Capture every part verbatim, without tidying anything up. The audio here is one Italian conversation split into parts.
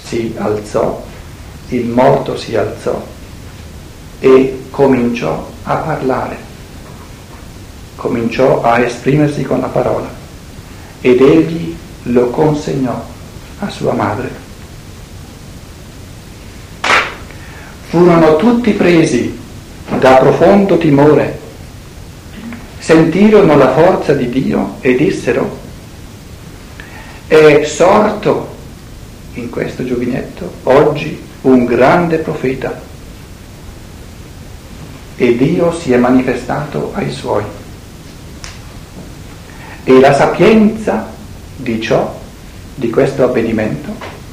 si alzò, il morto si alzò e cominciò a parlare, cominciò a esprimersi con la parola ed egli lo consegnò a sua madre. Furono tutti presi da profondo timore, sentirono la forza di Dio e dissero: è sorto in questo giovinetto oggi un grande profeta e Dio si è manifestato ai suoi. E la sapienza di ciò, di questo avvenimento,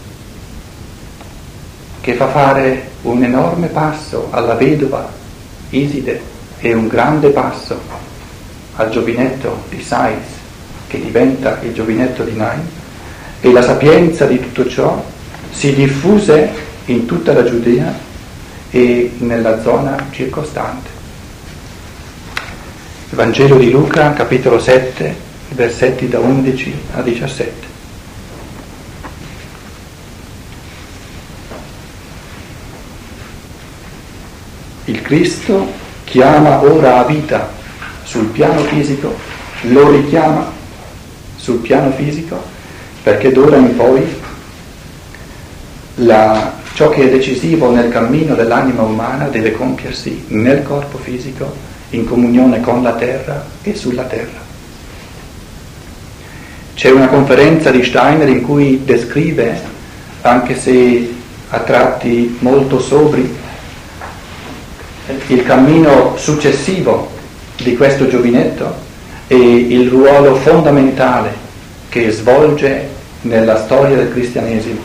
che fa fare un enorme passo alla vedova Iside e un grande passo al giovinetto di Sais, che diventa il giovinetto di Nain, e la sapienza di tutto ciò si diffuse in tutta la Giudea e nella zona circostante. Il Vangelo di Luca, capitolo sette, versetti da undici a diciassette. Il Cristo chiama ora a vita sul piano fisico, lo richiama sul piano fisico, perché d'ora in poi la, ciò che è decisivo nel cammino dell'anima umana deve compiersi nel corpo fisico, in comunione con la terra e sulla terra. C'è una conferenza di Steiner in cui descrive, anche se a tratti molto sobri, il cammino successivo di questo giovinetto e il ruolo fondamentale che svolge nella storia del cristianesimo.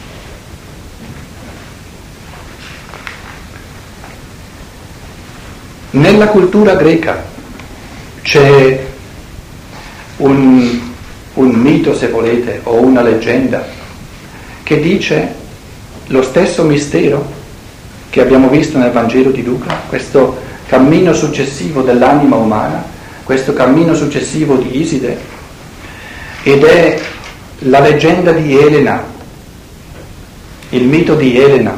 Nella cultura greca c'è un, un mito, se volete, o una leggenda che dice lo stesso mistero che abbiamo visto nel Vangelo di Luca, questo cammino successivo dell'anima umana, questo cammino successivo di Iside, ed è la leggenda di Elena, il mito di Elena.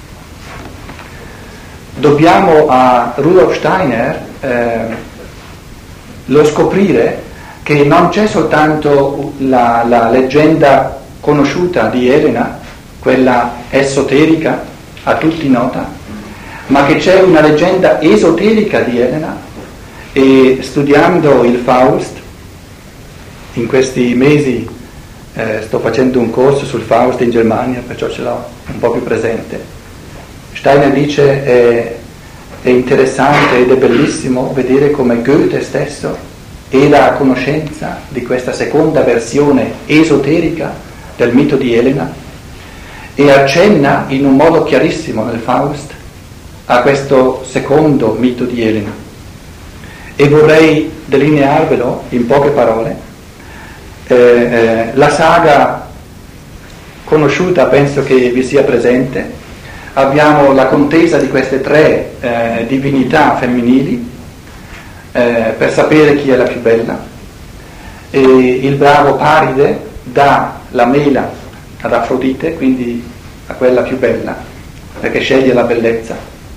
Dobbiamo a Rudolf Steiner eh, lo scoprire che non c'è soltanto la, la leggenda conosciuta di Elena, quella esoterica, a tutti nota, ma che c'è una leggenda esoterica di Elena. E studiando il Faust, in questi mesi eh, sto facendo un corso sul Faust in Germania, perciò ce l'ho un po' più presente. Steiner dice è, è interessante ed è bellissimo vedere come Goethe stesso era a conoscenza di questa seconda versione esoterica del mito di Elena, e accenna in un modo chiarissimo nel Faust a questo secondo mito di Elena. E vorrei delinearvelo in poche parole. Eh, eh, la saga conosciuta penso che vi sia presente. Abbiamo la contesa di queste tre eh, divinità femminili eh, per sapere chi è la più bella, e il bravo Paride dà la mela ad Afrodite, quindi a quella più bella, perché sceglie la bellezza,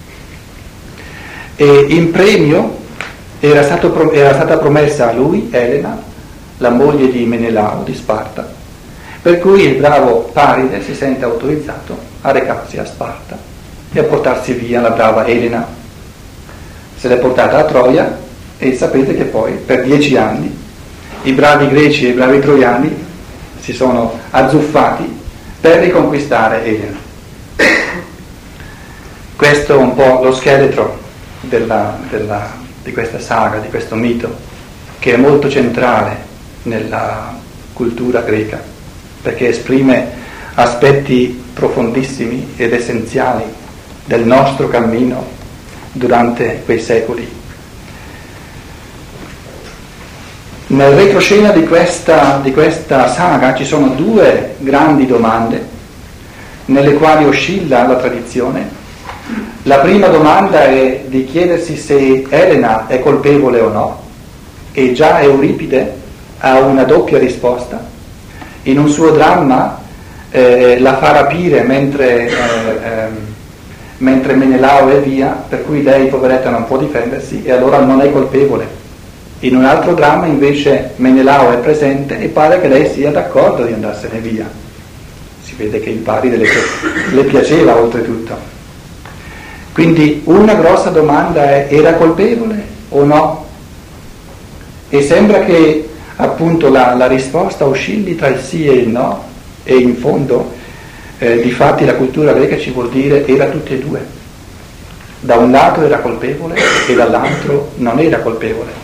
e in premio era, stato, era stata promessa a lui Elena, la moglie di Menelao di Sparta, per cui il bravo Paride si sente autorizzato a recarsi a Sparta e a portarsi via la brava Elena. Se l'è portata a Troia, e sapete che poi per dieci anni i bravi greci e i bravi troiani si sono azzuffati per riconquistare Elena. Questo è un po' lo scheletro della, della, di questa saga, di questo mito, che è molto centrale nella cultura greca, perché esprime aspetti profondissimi ed essenziali del nostro cammino durante quei secoli. Nel retroscena di questa, di questa saga ci sono due grandi domande nelle quali oscilla la tradizione. La prima domanda è di chiedersi se Elena è colpevole o no, e già Euripide ha una doppia risposta. In un suo dramma eh, la fa rapire mentre, eh, ehm, mentre Menelao è via, per cui lei, poveretta, non può difendersi e allora non è colpevole. In un altro dramma invece Menelao è presente e pare che lei sia d'accordo di andarsene via. Si vede che il Paride le, le piaceva oltretutto. Quindi una grossa domanda è: era colpevole o no? E sembra che appunto la, la risposta oscilli tra il sì e il no, e in fondo eh, difatti la cultura greca ci vuol dire era tutte e due. Da un lato era colpevole e dall'altro non era colpevole.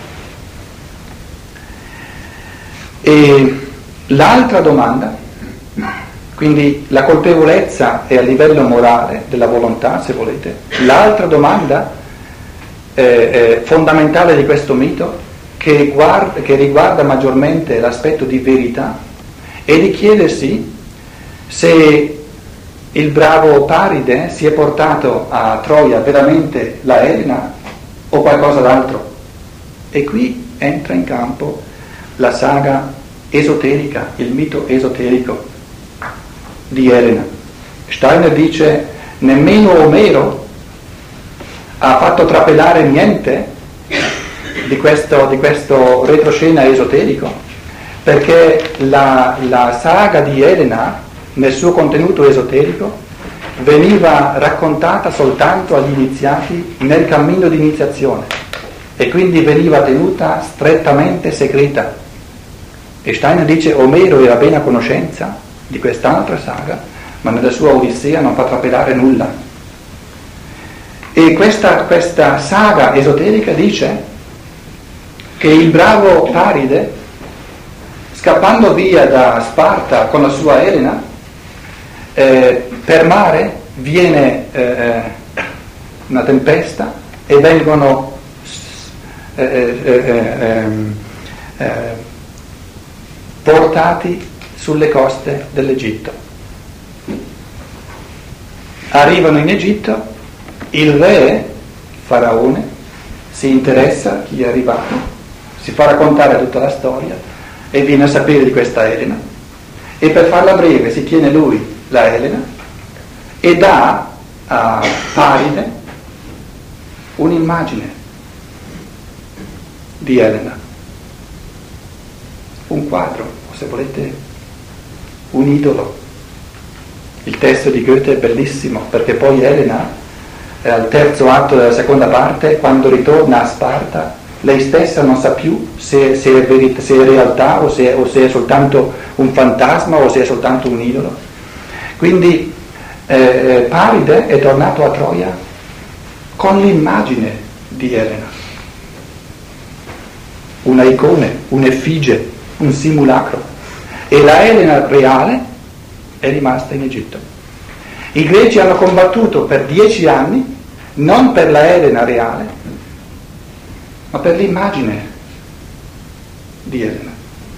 E l'altra domanda, quindi la colpevolezza è a livello morale, della volontà se volete, l'altra domanda eh, eh, fondamentale di questo mito, che, guarda, che riguarda maggiormente l'aspetto di verità, è di chiedersi se il bravo Paride si è portato a Troia veramente la Elena o qualcosa d'altro. E qui entra in campo la saga esoterica, il mito esoterico di Elena. Steiner dice: nemmeno Omero ha fatto trapelare niente di questo, di questo retroscena esoterico, perché la, la saga di Elena nel suo contenuto esoterico veniva raccontata soltanto agli iniziati nel cammino di iniziazione e quindi veniva tenuta strettamente segreta. E Steiner dice: Omero era bene a conoscenza di quest'altra saga, ma nella sua Odissea non fa trapelare nulla. E questa, questa saga esoterica dice che il bravo Paride, scappando via da Sparta con la sua Elena, eh, per mare viene eh, una tempesta e vengono eh, eh, eh, eh, portati sulle coste dell'Egitto. Arrivano in Egitto, il re, Faraone, si interessa chi è arrivato, si fa raccontare tutta la storia e viene a sapere di questa Elena, e per farla breve si tiene lui la Elena e dà a Paride un'immagine di Elena, un quadro, o se volete un idolo. Il testo di Goethe è bellissimo, perché poi Elena, eh, al terzo atto della seconda parte, quando ritorna a Sparta, lei stessa non sa più se, se, è, verit- se è realtà o se, o se è soltanto un fantasma o se è soltanto un idolo. Quindi eh, Paride è tornato a Troia con l'immagine di Elena, una icona, un'effigie, un simulacro, e la Elena reale è rimasta in Egitto. I greci hanno combattuto per dieci anni non per la Elena reale, ma per l'immagine di Elena,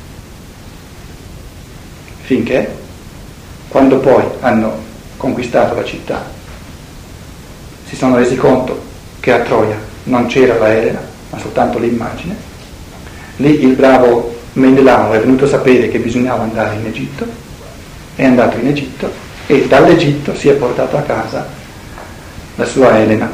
finché, quando poi hanno conquistato la città, si sono resi conto che a Troia non c'era la Elena, ma soltanto l'immagine. Lì il bravo Menelao è venuto a sapere che bisognava andare in Egitto, è andato in Egitto e dall'Egitto si è portato a casa la sua Elena.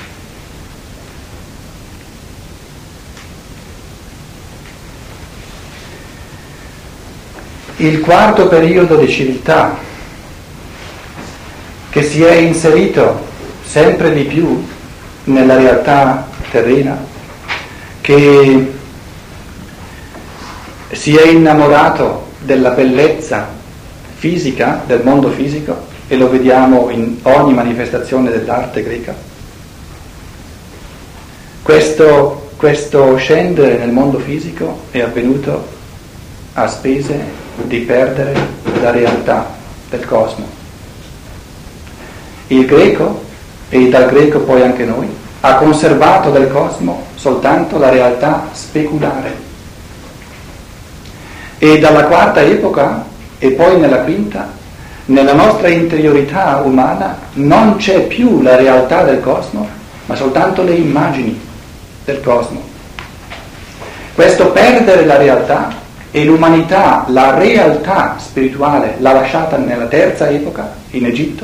Il quarto periodo di civiltà, che si è inserito sempre di più nella realtà terrena, che si è innamorato della bellezza fisica, del mondo fisico, e lo vediamo in ogni manifestazione dell'arte greca. Questo, questo scendere nel mondo fisico è avvenuto a spese di perdere la realtà del cosmo. Il greco, e dal greco poi anche noi, ha conservato del cosmo soltanto la realtà speculare. E dalla quarta epoca, e poi nella quinta, nella nostra interiorità umana non c'è più la realtà del cosmo, ma soltanto le immagini del cosmo. Questo perdere la realtà e l'umanità, la realtà spirituale, l'ha lasciata nella terza epoca, in Egitto,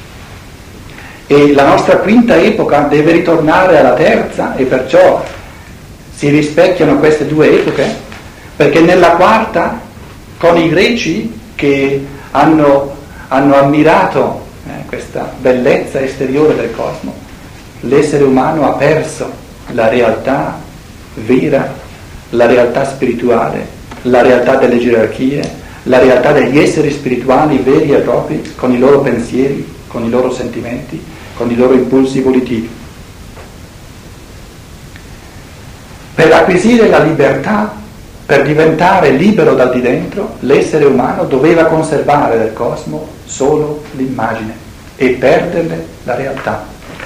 e la nostra quinta epoca deve ritornare alla terza, e perciò si rispecchiano queste due epoche, perché nella quarta, con i greci che hanno, hanno ammirato eh, questa bellezza esteriore del cosmo, l'essere umano ha perso la realtà vera, la realtà spirituale, la realtà delle gerarchie, la realtà degli esseri spirituali veri e propri, con i loro pensieri, con i loro sentimenti, con i loro impulsi volitivi. Per acquisire la libertà, per diventare libero dal di dentro, l'essere umano doveva conservare del cosmo solo l'immagine e perderle la realtà.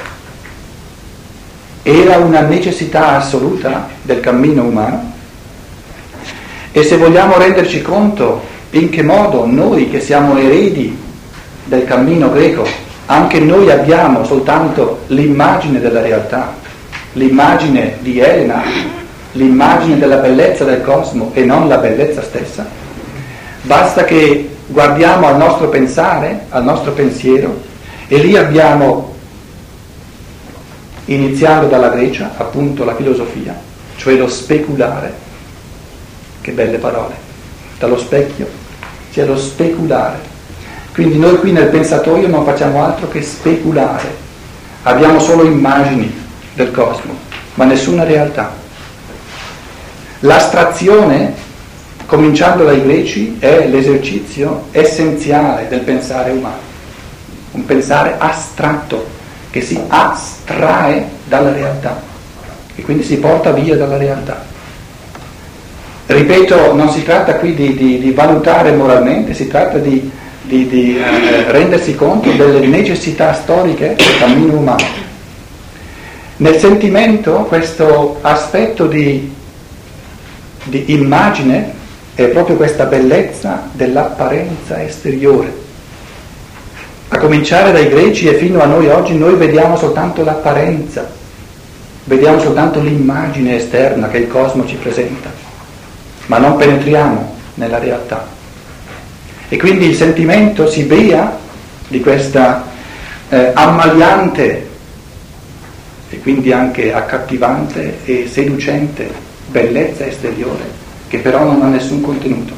Era una necessità assoluta del cammino umano, e se vogliamo renderci conto in che modo noi che siamo eredi del cammino greco, anche noi abbiamo soltanto l'immagine della realtà, l'immagine di Elena, l'immagine della bellezza del cosmo e non la bellezza stessa, basta che guardiamo al nostro pensare, al nostro pensiero, e lì abbiamo, iniziando dalla Grecia, appunto la filosofia, cioè lo speculare. Che belle parole, dallo specchio c'è lo speculare. Quindi noi qui nel pensatoio non facciamo altro che speculare, abbiamo solo immagini del cosmo, ma nessuna realtà. L'astrazione, cominciando dai greci, è l'esercizio essenziale del pensare umano, un pensare astratto che si astrae dalla realtà e quindi si porta via dalla realtà. Ripeto, non si tratta qui di, di, di valutare moralmente, si tratta di, di, di eh, rendersi conto delle necessità storiche del cammino umano. Nel sentimento questo aspetto di, di immagine è proprio questa bellezza dell'apparenza esteriore. A cominciare dai greci e fino a noi oggi noi vediamo soltanto l'apparenza, vediamo soltanto l'immagine esterna che il cosmo ci presenta, ma non penetriamo nella realtà. E quindi il sentimento si bea di questa eh, ammaliante e quindi anche accattivante e seducente bellezza esteriore che però non ha nessun contenuto.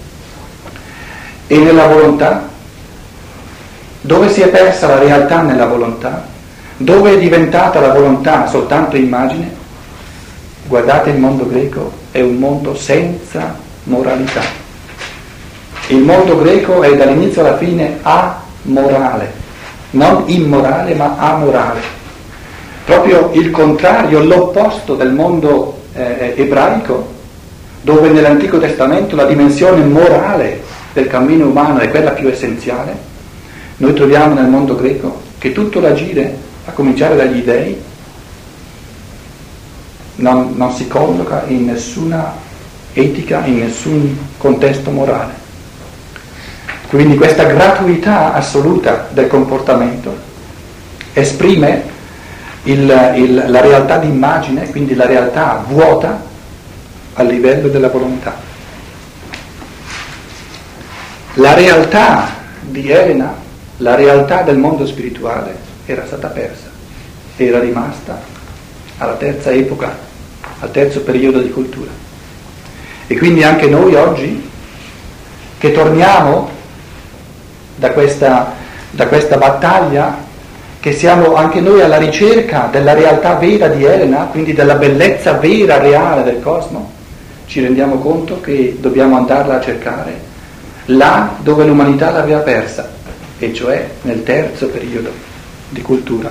E nella volontà, dove si è persa la realtà nella volontà, dove è diventata la volontà soltanto immagine, guardate il mondo greco, è un mondo senza moralità. Il mondo greco è dall'inizio alla fine amorale, non immorale ma amorale. Proprio il contrario, l'opposto del mondo eh, ebraico, dove nell'Antico Testamento la dimensione morale del cammino umano è quella più essenziale, noi troviamo nel mondo greco che tutto l'agire, a cominciare dagli dei, Non, non si colloca in nessuna etica, in nessun contesto morale. Quindi questa gratuità assoluta del comportamento esprime il, il, la realtà d'immagine, quindi la realtà vuota a livello della volontà. La realtà di Elena, la realtà del mondo spirituale era stata persa, era rimasta alla terza epoca, al terzo periodo di cultura. E quindi anche noi oggi, che torniamo da questa, da questa battaglia, che siamo anche noi alla ricerca della realtà vera di Elena, quindi della bellezza vera, reale del cosmo, ci rendiamo conto che dobbiamo andarla a cercare là dove l'umanità l'aveva persa, e cioè nel terzo periodo di cultura.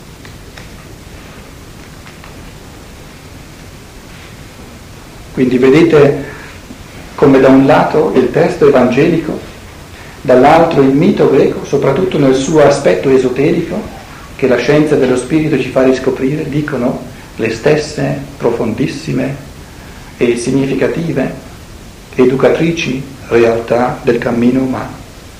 Quindi vedete come da un lato il testo evangelico, dall'altro il mito greco, soprattutto nel suo aspetto esoterico, che la scienza dello spirito ci fa riscoprire, dicono le stesse profondissime e significative, educatrici realtà del cammino umano.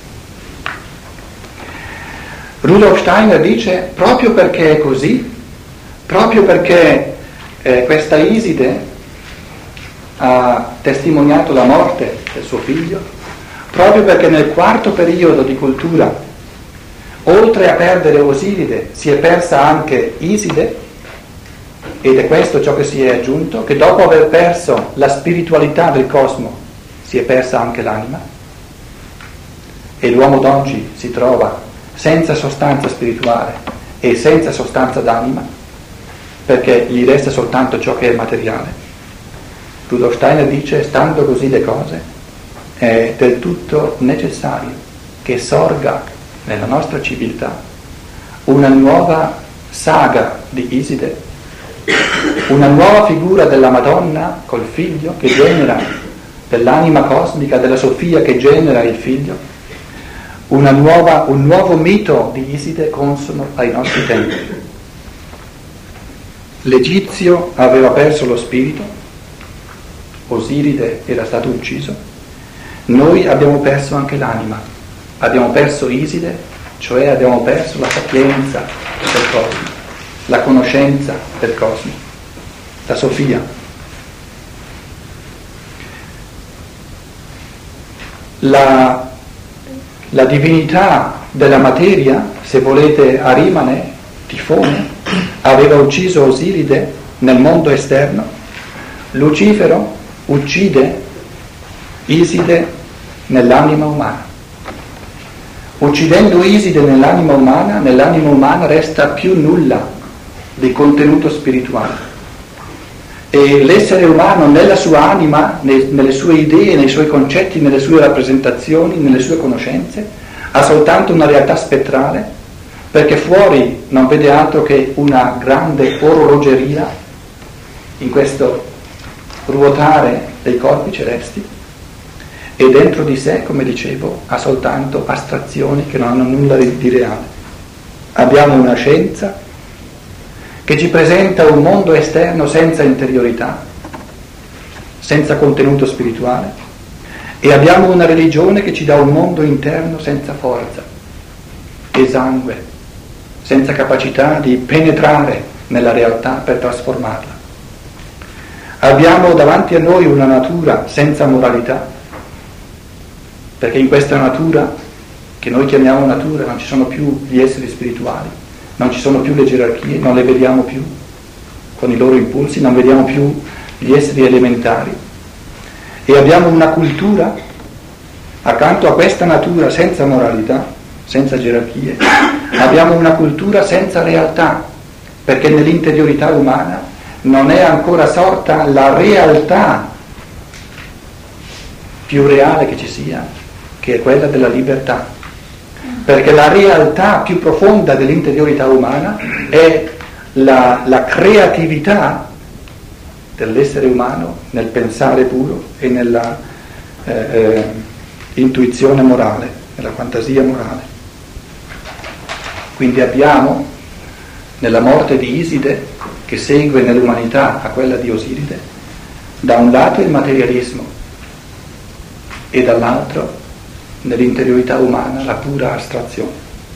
Rudolf Steiner dice, proprio perché è così, proprio perché eh, questa Iside ha testimoniato la morte del suo figlio, proprio perché nel quarto periodo di cultura, oltre a perdere Osiride, si è persa anche Iside, ed è questo ciò che si è aggiunto, che dopo aver perso la spiritualità del cosmo si è persa anche l'anima, e l'uomo d'oggi si trova senza sostanza spirituale e senza sostanza d'anima, perché gli resta soltanto ciò che è materiale. Rudolf Steiner dice, stando così le cose, è del tutto necessario che sorga nella nostra civiltà una nuova saga di Iside, una nuova figura della Madonna col figlio che genera, dell'anima cosmica, della Sofia che genera il figlio, una nuova, un nuovo mito di Iside consono ai nostri tempi. L'Egizio aveva perso lo spirito, Osiride era stato ucciso, noi abbiamo perso anche l'anima, abbiamo perso Iside, cioè abbiamo perso la sapienza del cosmo, la conoscenza del cosmo, la Sofia. La, la divinità della materia, se volete Arimane, Tifone, aveva ucciso Osiride nel mondo esterno, Lucifero uccide Iside nell'anima umana. Uccidendo Iside nell'anima umana, nell'anima umana resta più nulla di contenuto spirituale. E l'essere umano nella sua anima, nelle sue idee, nei suoi concetti, nelle sue rappresentazioni, nelle sue conoscenze, ha soltanto una realtà spettrale, perché fuori non vede altro che una grande orologeria in questo ruotare dei corpi celesti, e dentro di sé, come dicevo, ha soltanto astrazioni che non hanno nulla di reale. Abbiamo una scienza che ci presenta un mondo esterno senza interiorità, senza contenuto spirituale, e abbiamo una religione che ci dà un mondo interno senza forza, esangue, senza capacità di penetrare nella realtà per trasformarla. Abbiamo davanti a noi una natura senza moralità, perché in questa natura, che noi chiamiamo natura, non ci sono più gli esseri spirituali, non ci sono più le gerarchie, non le vediamo più con i loro impulsi, non vediamo più gli esseri elementari, e abbiamo una cultura accanto a questa natura senza moralità, senza gerarchie, abbiamo una cultura senza realtà, perché nell'interiorità umana non è ancora sorta la realtà più reale che ci sia, che è quella della libertà, perché la realtà più profonda dell'interiorità umana è la, la creatività dell'essere umano nel pensare puro e nella eh, eh, intuizione morale, nella fantasia morale. Quindi abbiamo nella morte di Iside, che segue nell'umanità a quella di Osiride, da un lato il materialismo e dall'altro nell'interiorità umana la pura astrazione.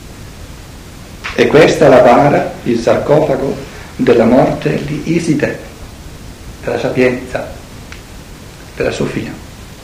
E questa è la bara, il sarcofago della morte di Iside, della sapienza, della Sofia.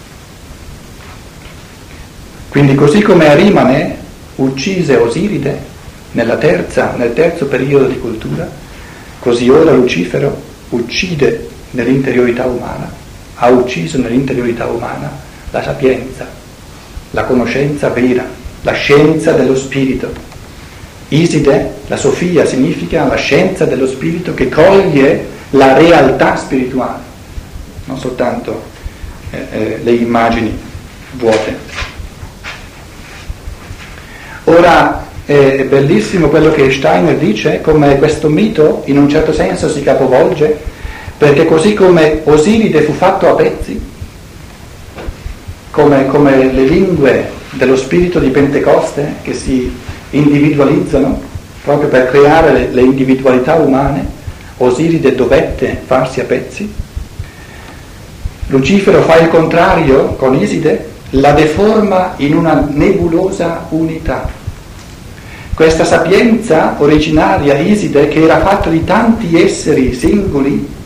Quindi così come Arimane uccise Osiride nella terza, nel terzo periodo di cultura, così ora Lucifero uccide nell'interiorità umana, ha ucciso nell'interiorità umana la sapienza, la conoscenza vera, la scienza dello spirito. Iside, la Sofia, significa la scienza dello spirito che coglie la realtà spirituale, non soltanto eh, eh, le immagini vuote. Ora è bellissimo quello che Steiner dice, come questo mito in un certo senso si capovolge, perché così come Osiride fu fatto a pezzi, come, come le lingue dello spirito di Pentecoste che si individualizzano proprio per creare le, le individualità umane, Osiride dovette farsi a pezzi. Lucifero fa il contrario con Iside, la deforma in una nebulosa unità. Questa sapienza originaria Iside, che era fatta di tanti esseri singoli,